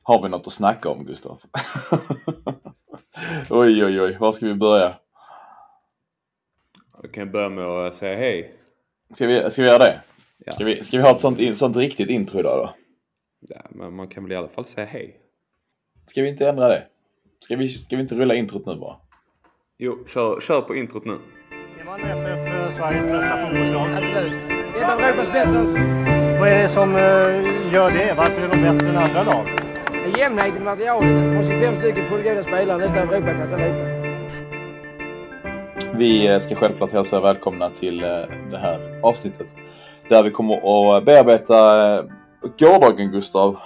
Har vi något att snacka om, Gustav? Oj, var ska vi börja? Jag kan börja med att säga hej. Ska vi göra det? Ja. Ska vi ha ett sånt riktigt intro idag då? Ja, men man kan väl i alla fall säga hej. Ska vi inte ändra det? Ska vi inte rulla introt nu bara? Jo, kör på introt nu. Malmö FF, Sveriges bästa fotbollslag. Absolut. Ett av Europas bästa också. Vad är det som gör det? Varför är de bättre än andra lag? Jämnheten i materialet. Som har 25 stycken fullgoda spelare nästan Europaklass allihopa. Vi ska självklart hälsa välkomna till det här avsnittet. Där vi kommer att bearbeta gårdagen, Gustav.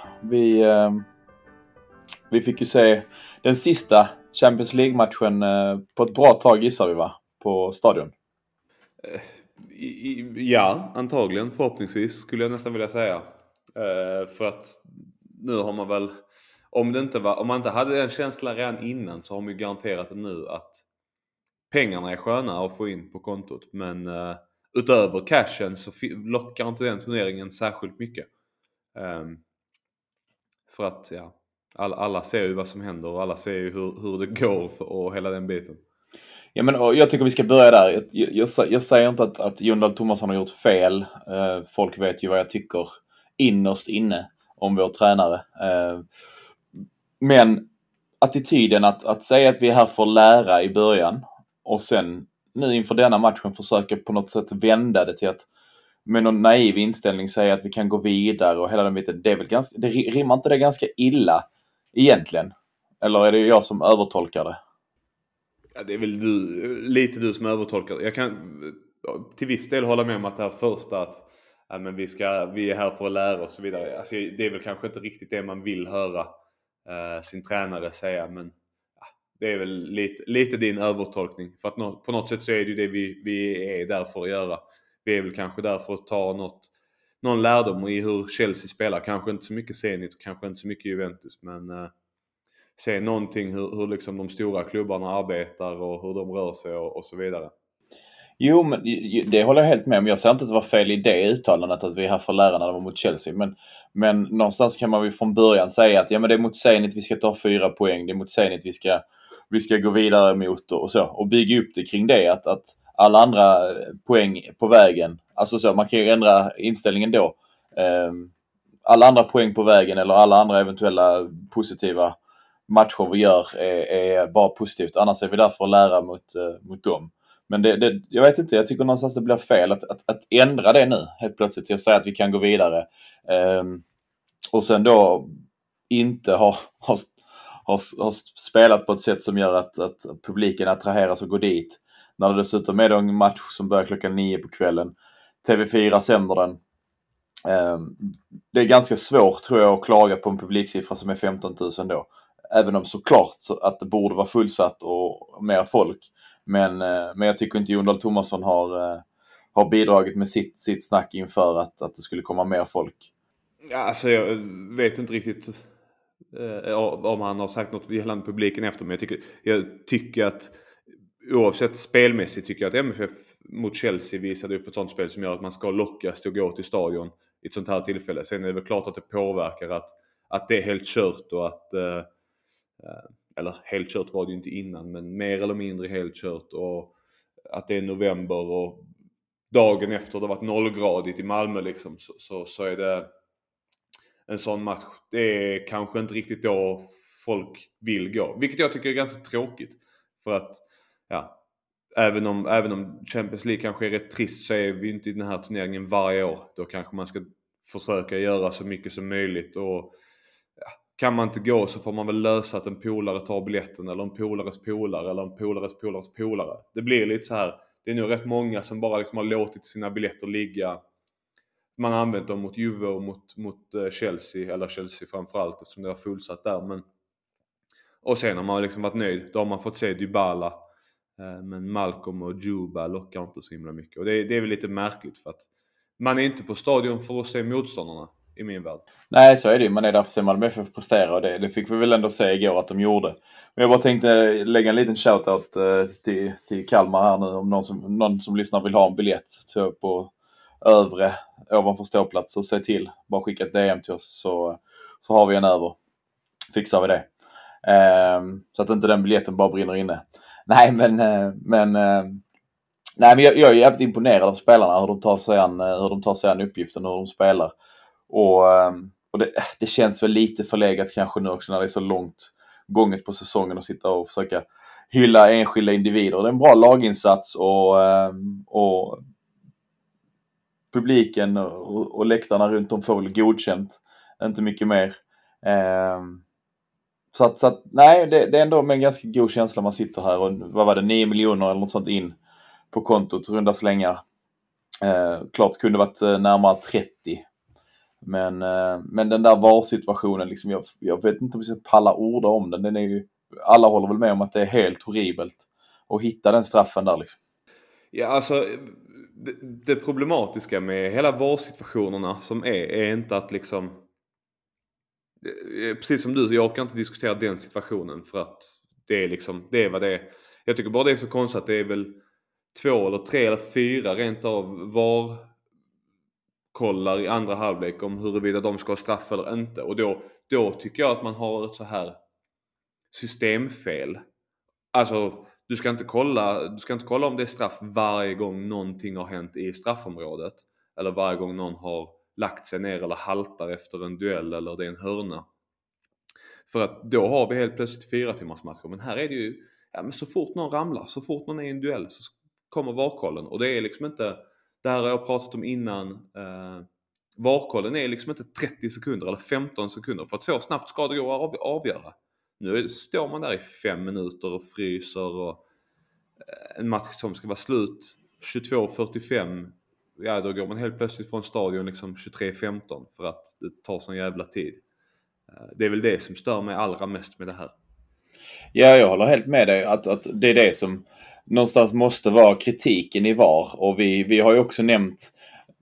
Vi fick ju se den sista Champions League-matchen på ett bra tag, gissar vi, va? På stadion. Ja, antagligen. Förhoppningsvis skulle jag nästan vilja säga. För att nu har man väl... Om man inte hade den känslan redan innan, så har man ju garanterat det nu att pengarna är sköna att få in på kontot. Men utöver cashen så lockar inte den turneringen särskilt mycket. För att ja, alla ser ju vad som händer och alla ser ju hur det går och hela den biten. Ja, men jag tycker vi ska börja där. Jag säger inte att Jon Dahl Tomasson har gjort fel. Folk vet ju vad jag tycker innerst inne om vår tränare. Men attityden att säga att vi är här för att lära i början och sen nu inför denna matchen försöka på något sätt vända det till att med någon naiv inställning säga att vi kan gå vidare och hela den biten. Det är väl det rimmar inte det ganska illa egentligen? Eller är det jag som övertolkar det? Ja, det är väl lite du som övertolkar. Jag kan till viss del hålla med om att det här första att ja, men vi är här för att lära och så vidare. Alltså, det är väl kanske inte riktigt det man vill höra sin tränare säga, men ja, det är väl lite din övertolkning. För att på något sätt så är det ju det vi är där för att göra. Vi är väl kanske där för att ta någon lärdom i hur Chelsea spelar. Kanske inte så mycket Zenit och kanske inte så mycket Juventus, men se någonting hur liksom de stora klubbarna arbetar och hur de rör sig och så vidare. Jo, men det håller jag helt med om. Jag ser inte att det var fel i det uttalandet att vi är här för lärarna när det var mot Chelsea. Men någonstans kan man ju från början säga att ja, men det är mot Zenit vi ska ta 4 poäng. Det är mot Zenit vi ska gå vidare mot och så. Och bygga upp det kring det. Att alla andra poäng på vägen. Alltså så, man kan ju ändra inställningen då. Alla andra poäng på vägen eller alla andra eventuella positiva matcher vi gör är bara positivt. Annars är vi där för att lära mot dem. Men jag vet inte, jag tycker någonstans det blir fel att ändra det nu helt plötsligt. Jag säger att vi kan gå vidare. Och sen då inte har spelat på ett sätt som gör att publiken attraheras och går dit. När det dessutom är en match som börjar klockan 9 på kvällen. TV4 sänder den. Det är ganska svårt, tror jag, att klaga på en publiksiffra som är 15 000 då. Även om såklart att det borde vara fullsatt och mer folk. Men jag tycker inte Jon Dahl Tomasson har bidragit med sitt snack inför att det skulle komma mer folk. Ja, alltså jag vet inte riktigt om han har sagt något gällande publiken efter. Men jag tycker att oavsett spelmässigt tycker jag att MFF mot Chelsea visade upp ett sånt spel som gör att man ska lockas till att gå till stadion i ett sånt här tillfälle. Sen är det väl klart att det påverkar att det är helt kört och att eller helt kört var det ju inte innan, men mer eller mindre helt kört och att det är november och dagen efter det har varit 0-gradigt i Malmö liksom, så är det en sån match. Det är kanske inte riktigt då folk vill gå, vilket jag tycker är ganska tråkigt, för att ja, även om Champions League kanske är rätt trist, så är vi inte i den här turneringen varje år. Då kanske man ska försöka göra så mycket som möjligt, och kan man inte gå så får man väl lösa att en polare tar biljetten, eller en polares polare, eller en polares polare. Det blir lite så här. Det är nu rätt många som bara liksom har låtit sina biljetter ligga. Man har använt dem mot Juve och mot Chelsea, eller Chelsea framförallt eftersom det var fullsatt där. Och sen har man liksom varit nöjd. Då har man fått se Dybala. Men Malcolm och Juba lockar inte så himla mycket. Och det är väl lite märkligt, för att man är inte på stadion för att se motståndarna i min värld. Nej, så är det. Man är där för att se Malmö för att prestera, och det fick vi väl ändå se igår att de gjorde. Men jag bara tänkte lägga en liten shoutout till Kalmar här nu, om någon som lyssnar vill ha en biljett på ovanför ståplats, så se till. Bara skicka ett DM till oss, så har vi en över. fixar vi det. Så att inte den biljetten bara brinner inne. Nej, men jag är jävligt imponerad av spelarna, hur de tar sig an uppgiften och hur de spelar. Och det känns väl lite förlegat kanske nu också när det är så långt gånget på säsongen och sitta och försöka hylla enskilda individer. Det är en bra laginsats och publiken och läktarna runt om får väl godkänt. Inte mycket mer. Så att nej, det är ändå med en ganska god känsla man sitter här. Och vad var det, 9 miljoner eller något sånt in på kontot, runda slängar. Klart kunde varit närmare 30. Men den där VAR-situationen, liksom, jag vet inte om vi ska palla orda om den. Den är ju, alla håller väl med om att det är helt horribelt att hitta den straffen där liksom. Ja, alltså det problematiska med hela VAR-situationerna som är inte att liksom, precis som du, så jag orkar inte diskutera den situationen för att det är liksom, det är vad det är. Jag tycker bara det är så konstigt att det är väl 2 eller 3 eller 4 rent av VAR-kollar i andra halvlek om huruvida de ska ha straff eller inte. Och då tycker jag att man har ett så här systemfel. Alltså du ska inte kolla om det är straff varje gång någonting har hänt i straffområdet. Eller varje gång någon har lagt sig ner eller haltar efter en duell eller det är en hörna. För att då har vi helt plötsligt 4 timmars matcher. Men här är det ju, ja, men så fort någon ramlar, så fort någon är i en duell så kommer VAR-kollen. Och det är liksom inte, det här har jag pratat om innan, VAR-kollen är liksom inte 30 sekunder eller 15 sekunder. För att så snabbt ska det gå att avgöra. Nu står man där i 5 minuter och fryser och en match som ska vara slut 22:45. Ja, då går man helt plötsligt från stadion liksom 23:15 för att det tar sån jävla tid. Det är väl det som stör mig allra mest med det här. Ja, jag håller helt med dig att det är det som någonstans måste vara kritiken i VAR. Och vi har ju också nämnt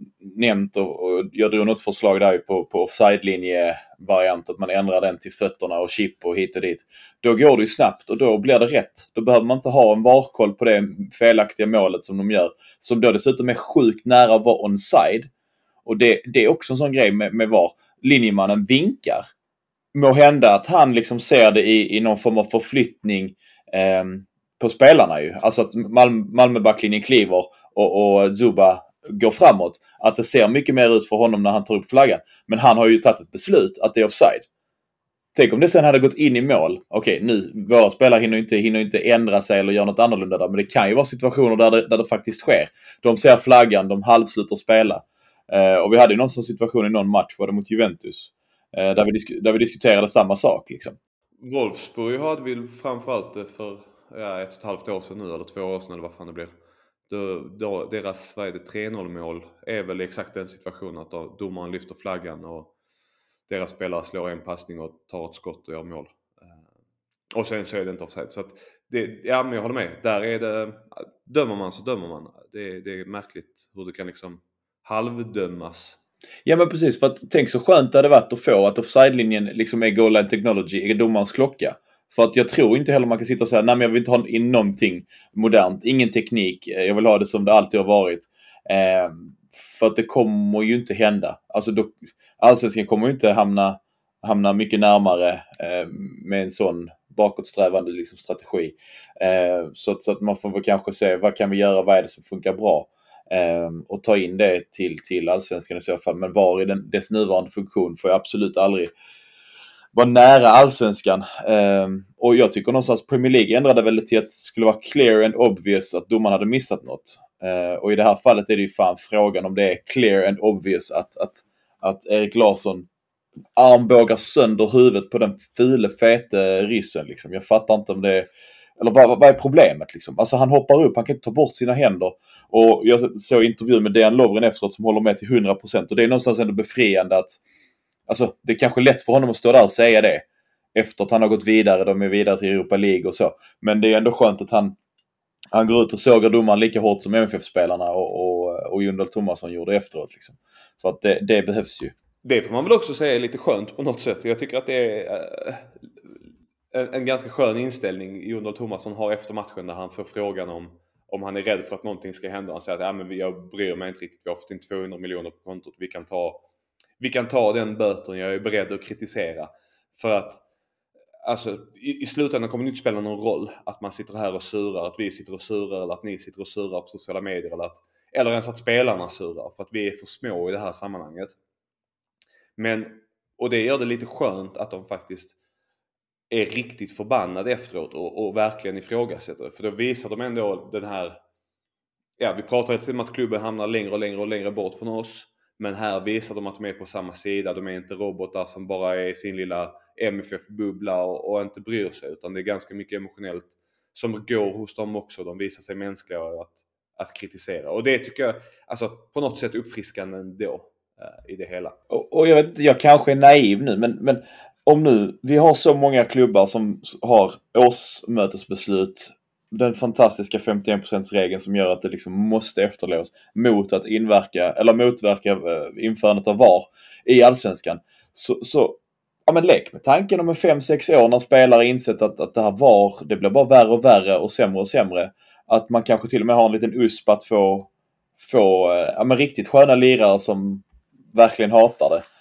och jag drog något förslag där på offside-linje-variant, att man ändrar den till fötterna och chip och hit och dit. Då går det ju snabbt och då blir det rätt. Då behöver man inte ha en VAR-koll på det felaktiga målet som de gör, som då dessutom är sjukt nära att vara onside. Och det är också en sån grej med VAR. Linjemannen vinkar. Må hända att han liksom ser det i någon form av förflyttning på spelarna ju. Alltså att Malmö-backlinjen kliver och Zuba går framåt. Att det ser mycket mer ut för honom när han tar upp flaggan. Men han har ju tagit ett beslut att det är offside. Tänk om det sen hade gått in i mål. Okej, nu, våra spelare hinner inte ändra sig eller göra något annorlunda där. Men det kan ju vara situationer där det faktiskt sker. De ser flaggan, de halvslutar spela. Och vi hade ju någon sån situation i någon match, var det mot Juventus. Där vi diskuterade samma sak liksom. Wolfsburg hade vi framförallt för 1,5 år sedan nu, eller 2 år sedan eller vad fan det blir. Då deras 3-0 mål är väl exakt den situationen att domaren lyfter flaggan och deras spelare slår en passning och tar ett skott och gör mål. Och sen så är det inte offside. Så att men jag håller med. Där är det, dömer man så dömer man. Det är märkligt hur det kan liksom halvdömas. Ja, men precis, för att tänk så skönt det hade varit att få att offside-linjen liksom är goal line technology, är domarens klocka. För att jag tror inte heller man kan sitta och säga nej, men jag vill inte ha in någonting modernt, ingen teknik, jag vill ha det som det alltid har varit. För att det kommer ju inte hända. Alltså Allsvenskan kommer ju inte hamna mycket närmare med en sån bakåtsträvande liksom strategi. Så att man får väl kanske se vad kan vi göra, vad är det som funkar bra. Och ta in det till Allsvenskan i så fall. Men var i dess nuvarande funktion får jag absolut aldrig vara nära Allsvenskan. Och jag tycker någonstans Premier League ändrade väl till att det skulle vara clear and obvious att domaren hade missat något. Och i det här fallet är det ju fan frågan om det är clear and obvious att Erik Larsson armbågar sönder huvudet på den fete ryssen liksom. Jag fattar inte om det är, eller vad är problemet liksom? Alltså han hoppar upp, han kan inte ta bort sina händer. Och jag såg intervju med Dejan Lovren efteråt som håller med till 100%. Och det är någonstans ändå befriande att, alltså det är kanske lätt för honom att stå där och säga det efter att han har gått vidare, de är vidare till Europa League och så. Men det är ändå skönt att han går ut och sågar domaren lika hårt som MFF-spelarna och Jon Dahl Tomasson gjorde efteråt liksom. För att det behövs ju. Det får man väl också säga är lite skönt på något sätt. Jag tycker att det är en ganska skön inställning Jon Dahl Tomasson har efter matchen när han får frågan om han är rädd för att någonting ska hända. Han säger att men jag bryr mig inte riktigt, vi har fått in 200 miljoner på kontot, vi kan ta den böten, jag är beredd att kritisera. För att alltså i slutändan kommer det inte spela någon roll att man sitter här och surar, att vi sitter och surar eller att ni sitter och surar på sociala medier eller ens att spelarna surar, för att vi är för små i det här sammanhanget. Och det gör det lite skönt att de faktiskt är riktigt förbannade efteråt och verkligen ifrågasätter det. För då visar de ändå den här, vi pratar ju om att klubben hamnar längre och längre och längre bort från oss. Men här visar de att de är på samma sida. De är inte robotar som bara är i sin lilla MFF-bubbla och inte bryr sig. Utan det är ganska mycket emotionellt som går hos dem också. De visar sig mänskliga att kritisera. Och det tycker jag alltså på något sätt uppfriskande ändå i det hela. Och jag vet inte, jag kanske är naiv nu, men om nu vi har så många klubbar som har årsmötesbeslut, den fantastiska 51%-regeln som gör att det liksom måste efterlevas mot att motverka införandet av VAR i allsvenskan. Så ja, men lek med tanken om 5-6 år när spelare insett att det här VAR, det blir bara värre och värre och sämre. Att man kanske till och med har en liten usp att få riktigt sköna lirare som verkligen hatar det.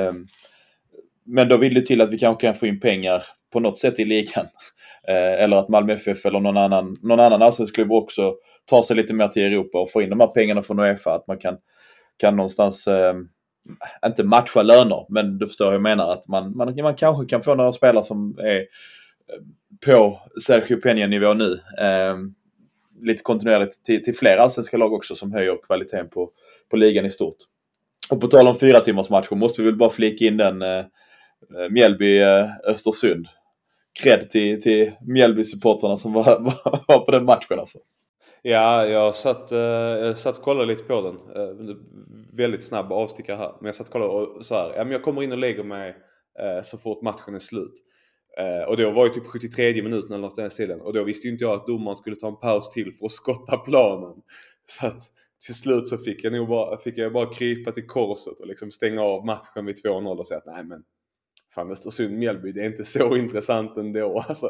Men då vill det till att vi kanske kan få in pengar på något sätt i ligan. Eller att Malmö FF eller någon annan allsvensk klubb också tar sig lite mer till Europa och får in de här pengarna från UEFA. Att man kan någonstans inte matcha löner, men du förstår hur jag menar, att man kanske kan få några spelare som är på Sergio Peña-nivå nu. Lite kontinuerligt till fler allsvenska lag också som höjer kvaliteten på ligan i stort. Och på tal om 4 timmars matcher måste vi väl bara flika in den Mjällby-Östersund. Cred till Mjällby-supporterna som var på den matchen alltså. Ja, jag satt och kollade lite på den. Väldigt snabb avstickare här. Men jag satt och kollade och så här. Ja, men jag kommer in och lägger mig så fort matchen är slut. Och då var ju typ 73 minuten eller något den här stilen. Och då visste ju inte jag att domaren skulle ta en paus till för att skotta planen. Så att till slut så fick jag bara krypa till korset och liksom stänga av matchen vid 2-0 och säga att nej men fan, Östersund-Mjällby, det är inte så intressant ändå alltså.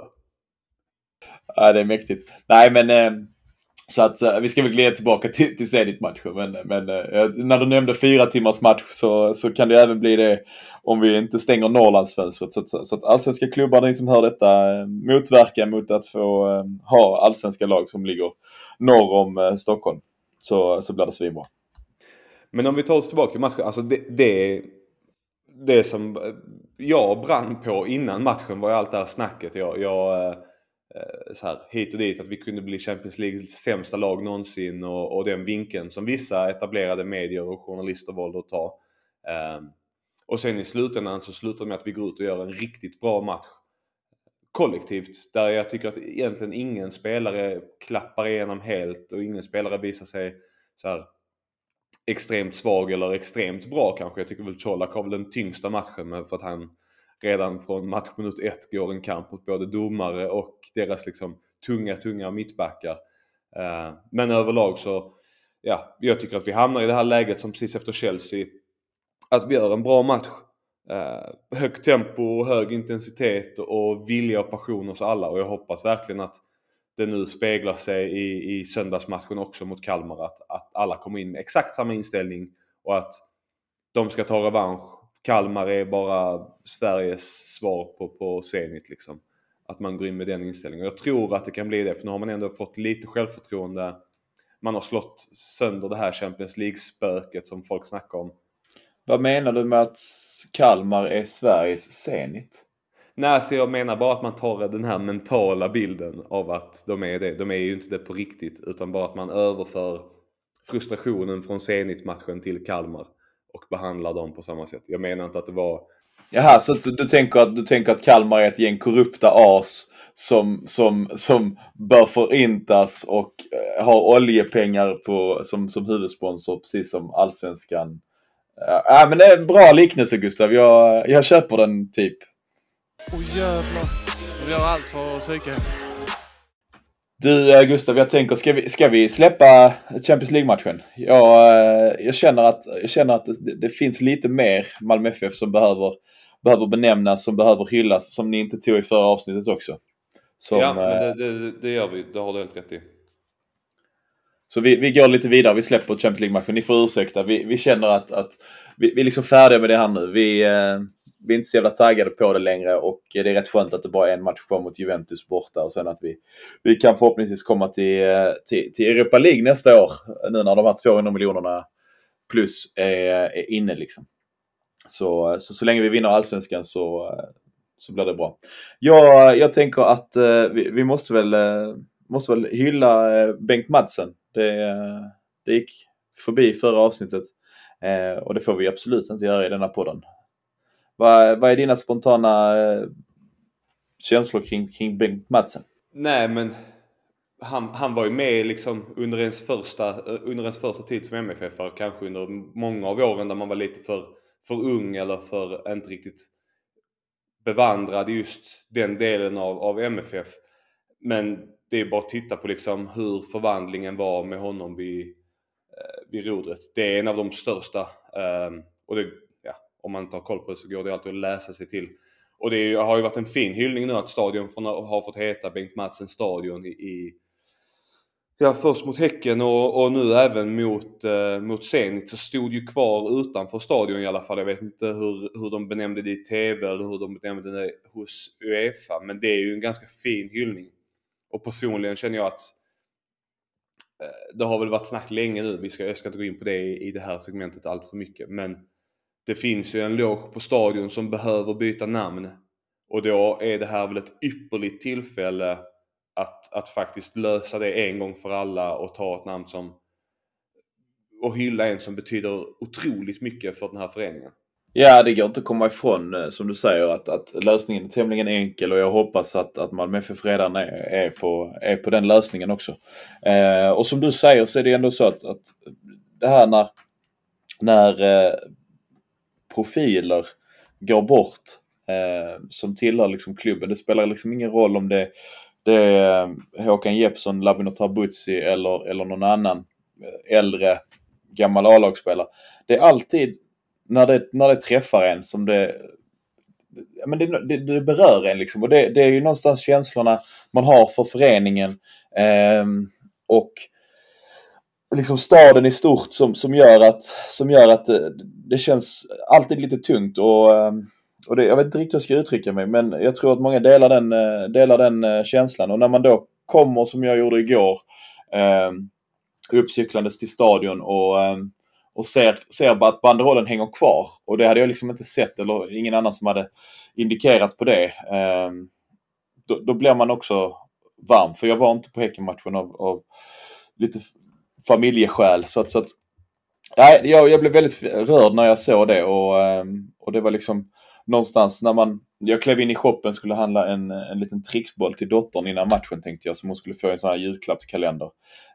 Ja, det är mäktigt. Nej men så att vi ska väl glida tillbaka till Zenit-matchen, men när du nämnde 4 timmars match så kan det även bli det om vi inte stänger Norrlandsfönstret, så att allsvenska klubbar, ni som hör detta, motverkar mot att få ha allsvenska lag som ligger norr om Stockholm, så blir det svinbra. Men om vi tar oss tillbaka till matchen, alltså det som jag brann på innan matchen var ju allt det här snacket. Jag så här, hit och dit att vi kunde bli Champions Leagues sämsta lag någonsin och den vinkeln som vissa etablerade medier och journalister valde att ta. Och sen i slutändan så slutar med att vi går ut och gör en riktigt bra match kollektivt, där jag tycker att egentligen ingen spelare klappar igenom helt och ingen spelare visar sig så här extremt svag eller extremt bra kanske. Jag tycker väl Colak har väl den tyngsta matchen, med för att han redan från matchminut 1 går en kamp mot både domare och deras liksom tunga mittbackar. Men överlag så, ja, jag tycker att vi hamnar i det här läget som precis efter Chelsea. Att vi gör en bra match. Högt tempo, hög intensitet och vilja och passion hos alla. Och jag hoppas verkligen att det nu speglar sig i söndagsmatchen också mot Kalmar. Att alla kommer in med exakt samma inställning och att de ska ta revansch. Kalmar är bara Sveriges svar på Zenit liksom. Att man går in med den inställningen. Jag tror att det kan bli det, för nu har man ändå fått lite självförtroende. Man har slått sönder det här Champions League-spöket som folk snackar om. Vad menar du med att Kalmar är Sveriges Zenit? Nej, så jag menar bara att man tar den här mentala bilden av att de är det. De är ju inte det på riktigt, utan bara att man överför frustrationen från Zenit-matchen till Kalmar och behandlar dem på samma sätt. Jag menar inte att det var... Jaha, så du tänker att Kalmar är ett gäng korrupta as som bör förintas och har oljepengar som huvudsponsor, precis som allsvenskan. Ja, men det är en bra liknelse, Gustav. Jag köper den typ. Jävlar. Vi gör allt för psyke. Du, Gustav, jag tänker, ska vi släppa Champions League-matchen? Jag känner att det finns lite mer Malmö FF som behöver benämnas, som behöver hyllas, som ni inte tog i förra avsnittet också. Ja, men det gör vi. Det har du helt rätt i. Så vi går lite vidare. Vi släpper Champions League-matchen. Ni får ursäkta. Vi känner att vi liksom färdiga med det här nu. vi är inte så jävla taggade på det längre och det är rätt skönt att det bara är en match kvar mot Juventus borta och sen att vi kan förhoppningsvis komma till Europa League nästa år nu när de här 200 miljonerna plus är inne liksom. Så länge vi vinner allsvenskan så blir det bra. Jag tänker att vi måste väl hylla Bengt Madsen. Det gick förbi förra avsnittet och det får vi absolut inte göra i denna podden. Vad är dina spontana känslor kring Bengt Madsen? Nej, men han var ju med liksom under ens första tid som MFF-are, kanske under många av åren där man var lite för ung eller för inte riktigt bevandrad just den delen av MFF. Men det är bara att titta på liksom hur förvandlingen var med honom vid rodret. Det är en av de största och det, om man inte har koll på det så går det alltid att läsa sig till. Och det har ju varit en fin hyllning nu att stadion har fått heta Bengt Madsen stadion först mot Häcken och nu även mot Zenit, så stod ju kvar utanför stadion i alla fall. Jag vet inte hur de benämnde det i TV eller hur de benämnde det hos UEFA, men det är ju en ganska fin hyllning. Och personligen känner jag att det har väl varit snack länge nu, jag ska inte gå in på det i det här segmentet allt för mycket, men det finns ju en loge på stadion som behöver byta namn och då är det här väl ett ypperligt tillfälle att faktiskt lösa det en gång för alla och ta ett namn och hylla en som betyder otroligt mycket för den här föreningen. Ja, det går inte att komma ifrån som du säger att lösningen är tämligen enkel och jag hoppas att Malmö FF redan är på den lösningen också. Och som du säger så är det ändå så att det här när profiler går bort som tillhör liksom klubben, det spelar liksom ingen roll om det är Håkan Jeppsson, Lavino Trabuzzi eller någon annan äldre gammal A-lagsspelare. Det är alltid när det träffar en som det berör en liksom. Och det är ju någonstans känslorna man har för föreningen och liksom staden i stort som gör att det känns alltid lite tungt och det, jag vet inte riktigt hur jag ska uttrycka mig, men jag tror att många delar den känslan. Och när man då kommer som jag gjorde igår uppcyklandes till stadion och ser bara att banderollen hänger kvar, och det hade jag liksom inte sett eller ingen annan som hade indikerat på det, då blir man också varm, för jag var inte på Häckenmatchen av lite familjeskäl så att jag blev väldigt rörd när jag såg det och det var liksom någonstans när jag klev in i shoppen, skulle handla en liten tricksboll till dottern innan matchen, tänkte jag, som hon skulle få en sån här julklappskalender.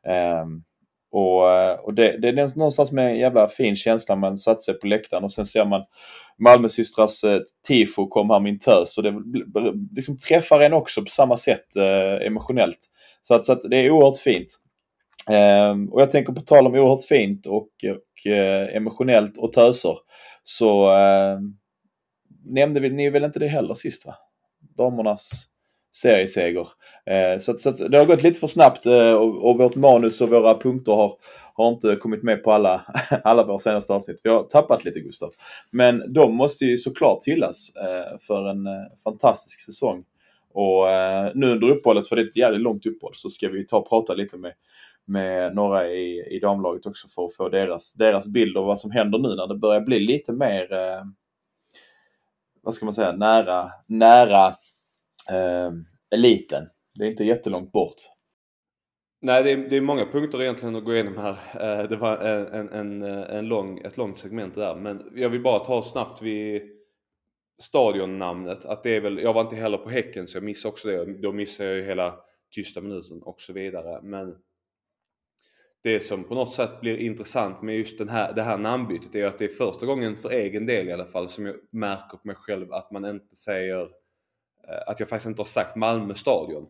Och det är någonstans med en jävla fin känsla. Man satt sig på läktaren och sen ser man Malmösystras tifo kom här min tös, och det liksom träffar en också på samma sätt emotionellt. Så att det är oerhört fint. Och jag tänker på tal om oerhört fint och emotionellt och töser, så nämnde ni väl inte det heller sist, va? Damernas serieseger. Så att det har gått lite för snabbt och vårt manus och våra punkter har inte kommit med på alla våra senaste avsnitt. Vi har tappat lite, Gustav. Men de måste ju såklart hyllas för en fantastisk säsong. Och nu under uppehållet, för det är ett jävligt långt uppehåll, så ska vi ta och prata lite med några i damlaget också för att få deras bild av vad som händer nu när det börjar bli lite mer vad ska man säga, nära eliten. Det är inte jättelångt bort. Nej, det är många punkter egentligen att gå igenom här. Det var ett långt segment där, men jag vill bara ta snabbt vid stadionnamnet, att det är väl, jag var inte heller på Häcken så jag missade också det. Då missade jag ju hela tysta minuten och så vidare, men det som på något sätt blir intressant med just det här namnbytet är att det är första gången för egen del i alla fall som jag märker på mig själv att man inte säger, att jag faktiskt inte har sagt Malmö stadion.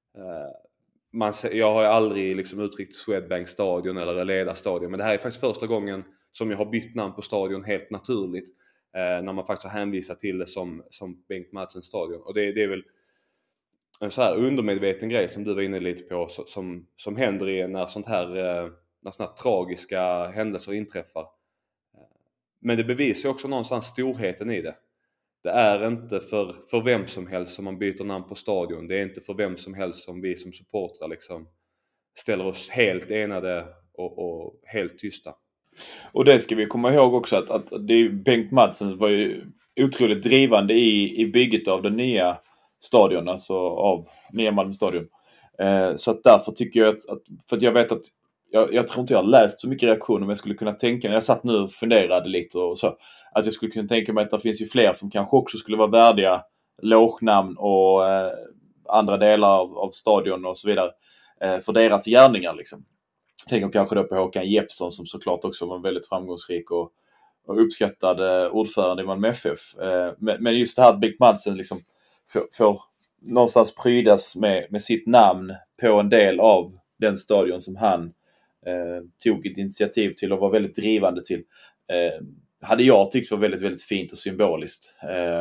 Jag har ju aldrig liksom uttryckt Swedbank stadion eller Leda stadion, men det här är faktiskt första gången som jag har bytt namn på stadion helt naturligt, när man faktiskt har hänvisat till det som Bengt Madsen stadion. Och det är väl en så här undermedveten grej som du var inne lite på, som händer när sånt här tragiska händelser inträffar. Men det bevisar också någonstans storheten i det. det är inte för vem som helst som man byter namn på stadion. Det är inte för vem som helst som vi som supportrar liksom ställer oss helt enade och helt tysta. Och det ska vi komma ihåg också att Bengt Madsen var ju otroligt drivande i bygget av den nya stadion, alltså av nya Malmö stadion. Så att därför tycker jag för att jag vet att jag tror inte jag har läst så mycket reaktioner, men jag skulle kunna tänka mig, jag satt nu och funderade lite och så, att jag skulle kunna tänka mig att det finns ju fler som kanske också skulle vara värdiga logenamn och andra delar av stadion och så vidare för deras gärningar liksom. Tänker kanske då på Håkan Jeppsson som såklart också var en väldigt framgångsrik och uppskattad ordförande i Malmö FF. Men just det här att Bengt Madsen liksom får någonstans prydas med sitt namn på en del av den stadion som han tog ett initiativ till och var väldigt drivande till. Hade jag tyckt var väldigt, väldigt fint och symboliskt.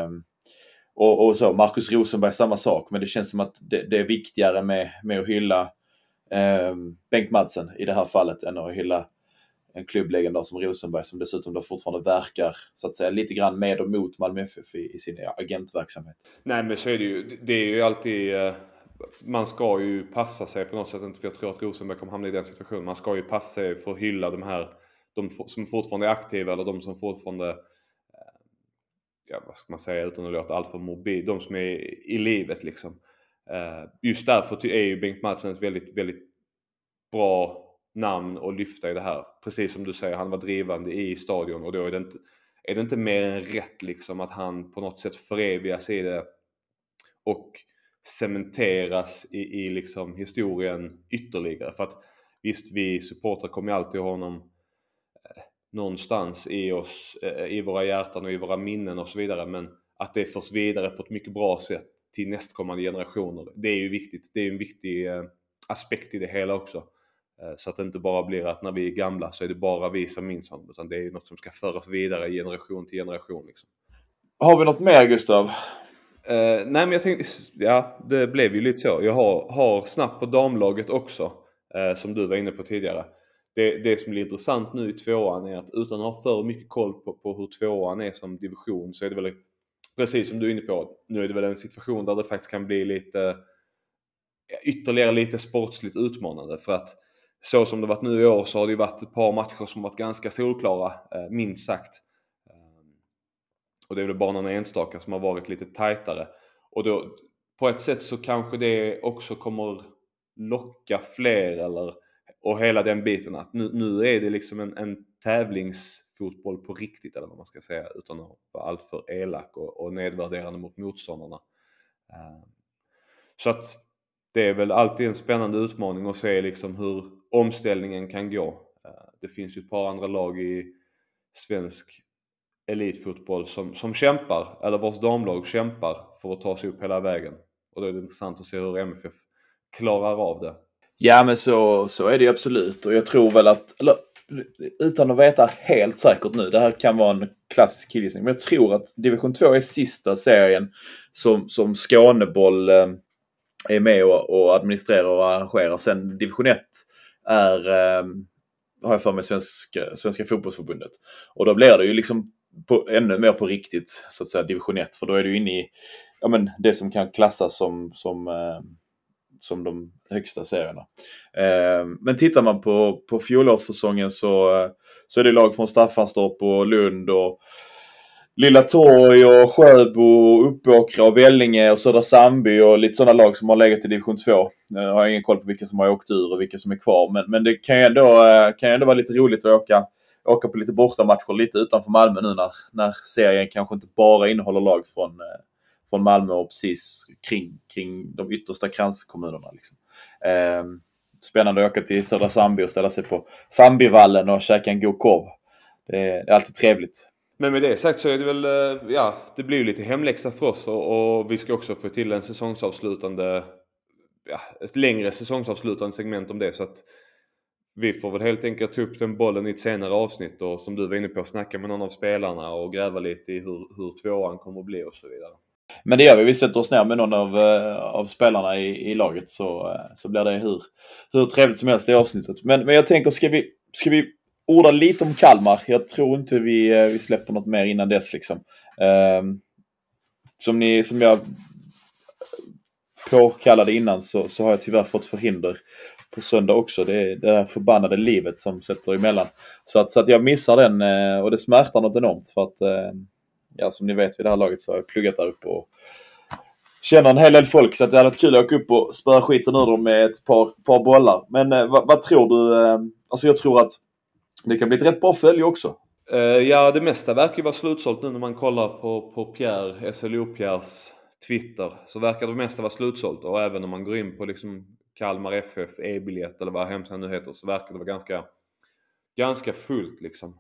Och så, Marcus Rosenberg samma sak, men det känns som att det är viktigare med att hylla Bengt Madsen i det här fallet än att hylla en klubblegendar som Rosenberg, som dessutom då fortfarande verkar så att säga lite grann med och mot Malmö FF i sin agentverksamhet. Nej, men så är det är ju alltid man ska ju passa sig på något sätt, inte för jag tror att Rosenberg kommer hamna i den situationen. Man ska ju passa sig för att hylla de som fortfarande är aktiva, eller de som fortfarande vad ska man säga utan att låta allt för morbid, de som är i livet liksom. Just därför är ju Bengt Madsen ett väldigt, väldigt bra namn att lyfta i det här. Precis som du säger, han var drivande i stadion, och då är det inte mer än rätt liksom att han på något sätt förevigas i det och cementeras i liksom historien ytterligare. För att visst, vi supportrar kommer alltid ha honom någonstans i oss, i våra hjärtan och i våra minnen och så vidare, men att det förs vidare på ett mycket bra sätt till nästkommande generationer, det är ju viktigt. Det är en viktig aspekt i det hela också. Så att det inte bara blir att när vi är gamla så är det bara vi som minns honom, utan det är något som ska föras vidare generation till generation liksom. Har vi något mer, Gustav? Nej, men jag tänkte, det blev ju lite så. Jag har snabbt på damlaget också, som du var inne på tidigare. Det som blir intressant nu i tvåan är att utan att ha för mycket koll på hur tvåan är som division, så är det väl precis som du är inne på. Nu är det väl en situation där det faktiskt kan bli ytterligare lite sportsligt utmanande, för att så som det varit nu i år så har det varit ett par matcher som varit ganska solklara, minst sagt. Och det är väl bara någon enstaka som har varit lite tajtare. Och då på ett sätt så kanske det också kommer locka fler, och hela den biten att nu är det liksom en tävlingsfotboll på riktigt, eller vad man ska säga, utan att vara allt för elak och nedvärderande mot motståndarna. Så att det är väl alltid en spännande utmaning att se liksom hur omställningen kan gå. Det finns ju ett par andra lag i svensk elitfotboll som kämpar, eller vars damlag kämpar för att ta sig upp hela vägen. Och då är det intressant att se hur MFF klarar av det. Ja, men så är det ju absolut. Och jag tror väl eller utan att veta helt säkert nu, det här kan vara en klassisk killgissning, men jag tror att division 2 är sista serien som Skåneboll är med och administrerar och arrangerar. Sen division 1 har jag för mig Svenska fotbollsförbundet. Och då blir det ju liksom ännu mer på riktigt, så att säga, division 1. För då är du inne i det som kan klassas som de högsta serierna. Men tittar man på fjolårssäsongen så är det lag från Staffanstorp och Lund och Lilla Torg och Sjöbo, Uppåkra och Vellinge och Södra Sandby och lite sådana lag som har legat i division 2. Jag har ingen koll på vilka som har åkt ur och vilka som är kvar. Men det kan ju ändå vara lite roligt att åka på lite bortamatcher lite utanför Malmö nu när serien kanske inte bara innehåller lag från Malmö och precis kring de yttersta kranskommunerna. Liksom. Spännande att åka till Södra Sandby och ställa sig på Sandbyvallen och käka en god korv. Det är alltid trevligt. Men med det sagt så är det väl, det blir ju lite hemläxa för oss, och vi ska också få till en säsongsavslutande, ett längre säsongsavslutande segment om det, så att vi får väl helt enkelt ta upp den bollen i ett senare avsnitt, och som du var inne på, snacka med någon av spelarna och gräva lite i hur tvåan kommer att bli och så vidare. Men det gör vi. Vi sätter oss ner med någon av spelarna i laget, så blir det hur trevligt som helst i avsnittet. Men jag tänker, ska vi orda lite om Kalmar? Jag tror inte vi släpper något mer innan dess liksom. som jag påkallade innan så har jag tyvärr fått förhinder på söndag också. Det är det där förbannade livet som sätter emellan. Så att jag missar den och det smärtar något enormt för att som ni vet vid det här laget så har jag pluggat där uppe och känner en hel del folk, så att det hade varit kul att åka upp och spöra skiten ur dem med ett par bollar. Men vad tror du? Alltså jag tror att det kan bli ett rätt bra följe också. Ja, det mesta verkar ju vara slutsålt nu när man kollar på Pierre, SLO-Pierres Twitter. Så verkar det mesta vara slutsålt. Och även om man går in på liksom Kalmar FF, e-biljett eller vad hemsidan nu heter, så verkar det vara ganska fullt liksom.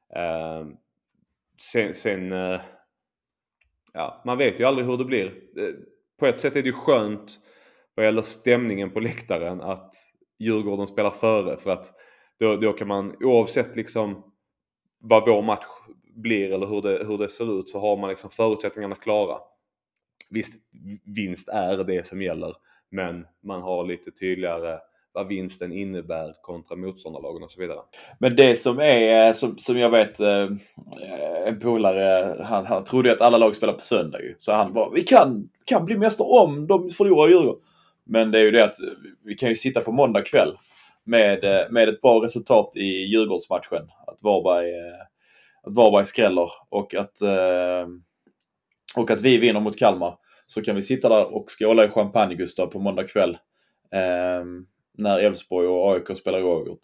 Man vet ju aldrig hur det blir. På ett sätt är det ju skönt vad gäller stämningen på läktaren att Djurgården spelar före, för att då kan man, oavsett liksom vad vår match blir eller hur det ser ut, så har man liksom förutsättningarna klara. Visst, vinst är det som gäller, men man har lite tydligare vad vinsten innebär kontra motståndarlagen och så vidare. Men det som är, som jag vet, en polare, han trodde att alla lag spelar på söndag ju. Så han bara, vi kan bli mästare om de förlorar Djurgården. Men det är ju det att vi kan ju sitta på måndag kväll med ett bra resultat i Djurgårdsmatchen. Att Varberg skräller och att vi vinner mot Kalmar. Så kan vi sitta där och skåla i champagne, Gustav, på måndag kväll. När Elfsborg och AIK spelar oavgjort.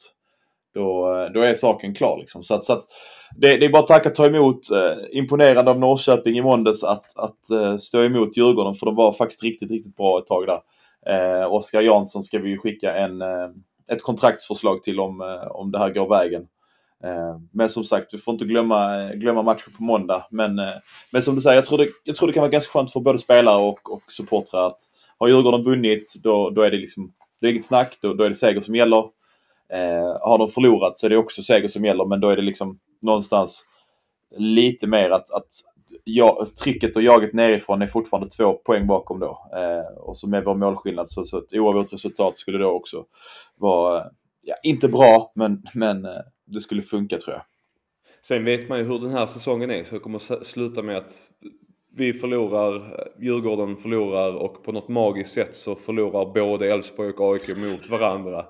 Då är saken klar liksom. Så att det är bara att tacka ta emot. Imponerande av Norrköping i måndags att stå emot Djurgården, för de var faktiskt riktigt, riktigt bra ett tag där. Oskar Jansson ska vi ju skicka ett kontraktsförslag till om det här går vägen. Men som sagt, vi får inte glömma matchen på måndag. Men som du säger, jag tror det kan vara ganska skönt för både spelare och supportrar att har Djurgården vunnit, då är det liksom, det är inget snack, då är det seger som gäller. Har de förlorat så är det också seger som gäller, men då är det liksom någonstans lite mer att trycket och jaget nerifrån är fortfarande 2 poäng bakom då. Och så med vår målskillnad så ett oavgjort resultat skulle då också vara inte bra, men det skulle funka, tror jag. Sen vet man ju hur den här säsongen är, så det kommer sluta med att vi förlorar, Djurgården förlorar, och på något magiskt sätt så förlorar både Elfsborg och AIK mot varandra.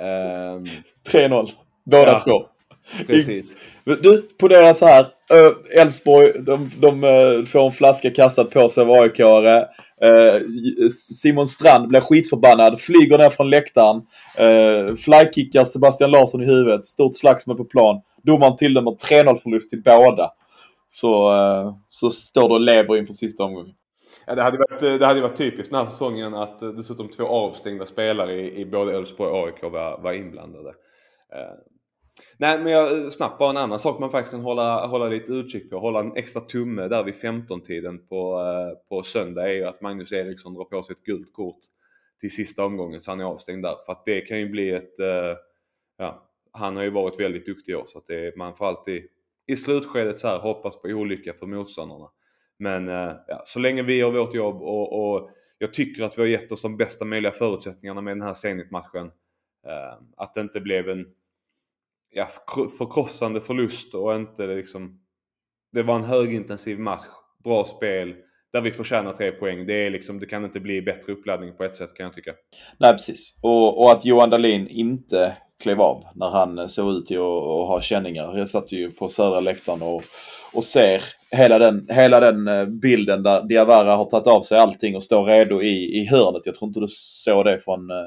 3-0. Båda två. Precis. Du, på deras här Elfsborg, de får en flaska kastad på sig av AIK-are. Simon Strand blir skitförbannad, flyger ner från läktaren, flykickar Sebastian Larsson i huvudet, stort slagsmål på plan. Domaren tilldömer 3-0 förlust till båda. Så står det och lever inför sista omgången. Ja, det hade varit typiskt den här säsongen att dessutom 2 avstängda spelare i både Elfsborg och AIK var inblandade. Nej, men jag snabbt bara en annan sak man faktiskt kan hålla lite utkik på. Hålla en extra tumme där vid 15-tiden på söndag är ju att Magnus Eriksson drar på sig ett gult kort till sista omgången, så han är avstängd där. För att det kan ju bli han har ju varit väldigt duktig i år, så att man får alltid i slutskedet så här hoppas på olycka för motståndarna. Men så länge vi gör vårt jobb och jag tycker att vi har gett oss de bästa möjliga förutsättningarna med den här Zenit-matchen. Att det inte blev en förkrossande förlust och inte liksom, det var en högintensiv match, bra spel där vi förtjänar 3 poäng. Det är liksom, det kan inte bli bättre uppladdning på ett sätt, kan jag tycka. Nej, precis. Och att Johan Dahlin inte klev av när han såg ut till att ha känningar. Jag satt ju på södra läktaren och ser hela den bilden där Diawara har tagit av sig allting och står redo i hörnet. Jag tror inte du såg det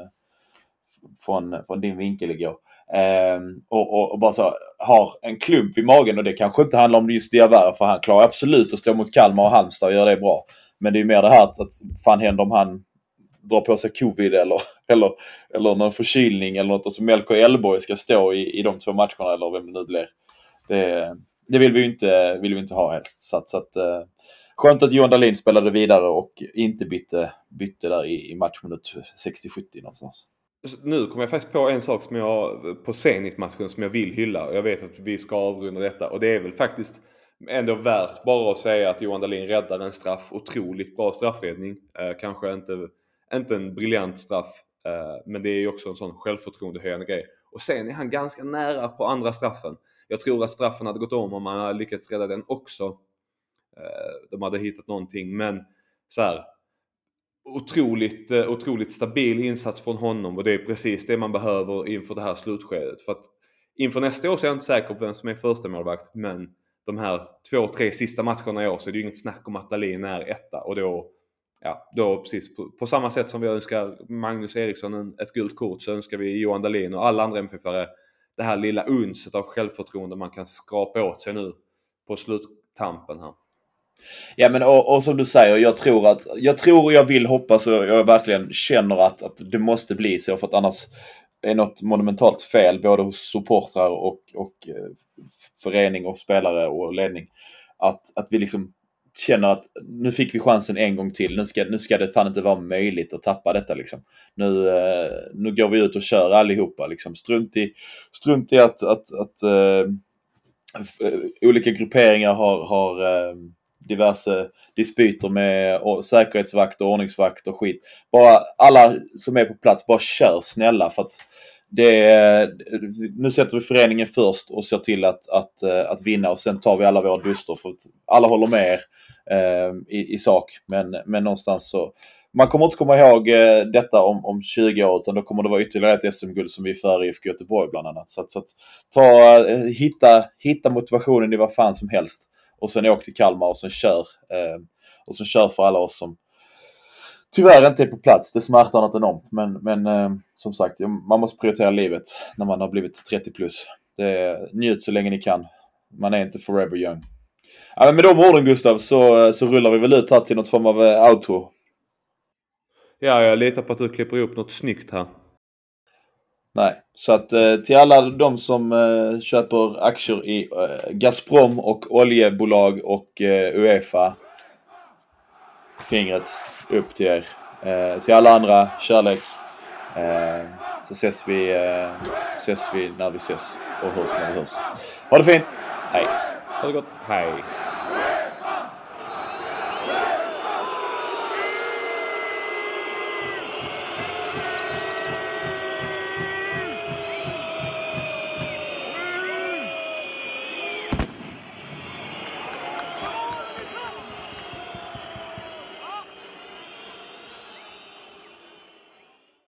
från din vinkel igår. Och bara så har en klump i magen, och det kanske inte handlar om just Diawara, för han klarar absolut att stå mot Kalmar och Halmstad och göra det bra. Men det är mer det här att fan händer om han drar på sig covid eller någon förkylning eller något, och så Melker Elborg ska stå i de 2 matcherna eller vem det nu blir. Det vill vi inte ha helst. Så att skönt att Johan Dahlin spelade vidare och inte bytte där i matchminut 60-70 någonstans. Nu kommer jag faktiskt på en sak som jag på Zenit-matchen som jag vill hylla. Jag vet att vi ska avrunda detta, och det är väl faktiskt ändå värt bara att säga att Johan Dahlin räddar en straff. Otroligt bra straffräddning. Kanske inte en briljant straff, men det är ju också en sån självförtroendehöjande grej. Och sen är han ganska nära på andra straffen. Jag tror att straffen hade gått om han hade lyckats rädda den också. de hade hittat någonting. Men så här, otroligt stabil insats från honom. Och det är precis det man behöver inför det här slutskedet. För att inför nästa år så är jag inte säker på vem som är första målvakt. Men de här 2-3 sista matcherna i år så är det ju inget snack om att Dahlin är etta. Och då precis på samma sätt som vi önskar Magnus Eriksson ett gult kort, så önskar vi Johan Dahlin och alla andra MFF-are det här lilla unset av självförtroende man kan skrapa åt sig nu på sluttampen här. Ja, men och som du säger, jag vill hoppas och jag verkligen känner att det måste bli så, för att annars är något monumentalt fel både hos supportrar och förening och spelare och ledning. Att vi liksom känner att nu fick vi chansen en gång till. Nu ska det fan inte vara möjligt att tappa detta liksom. Nu går vi ut och kör allihopa liksom. Strunt i att olika grupperingar har diverse dispyter med säkerhetsvakt och ordningsvakt och skit. Bara alla som är på plats, bara kör snälla, för att nu sätter vi föreningen först och ser till att vinna, och sen tar vi alla våra duster, för att alla håller med i sak, men någonstans så man kommer inte komma ihåg detta om 20 år, utan då kommer det vara ytterligare ett SM-guld som vi för i IFK Göteborg bland annat. Så att hitta motivationen i vad fan som helst, och sen åk till Kalmar och sen kör för alla oss som tyvärr inte är på plats. Det smärtar något enormt, men som sagt, man måste prioritera livet när man har blivit 30 plus. Njut så länge ni kan. Man är inte forever young. Ja, men med de orden, Gustav, så rullar vi väl ut här till något form av outro. Ja, jag litar på att du klipper upp något snyggt här. Nej, så att till alla de som köper aktier i Gazprom och oljebolag och UEFA, fingret upp till er. Till alla andra, kärlek. Så ses vi när vi ses och hörs när vi hörs. Ha det fint. Hej. Ha det gott. Hej.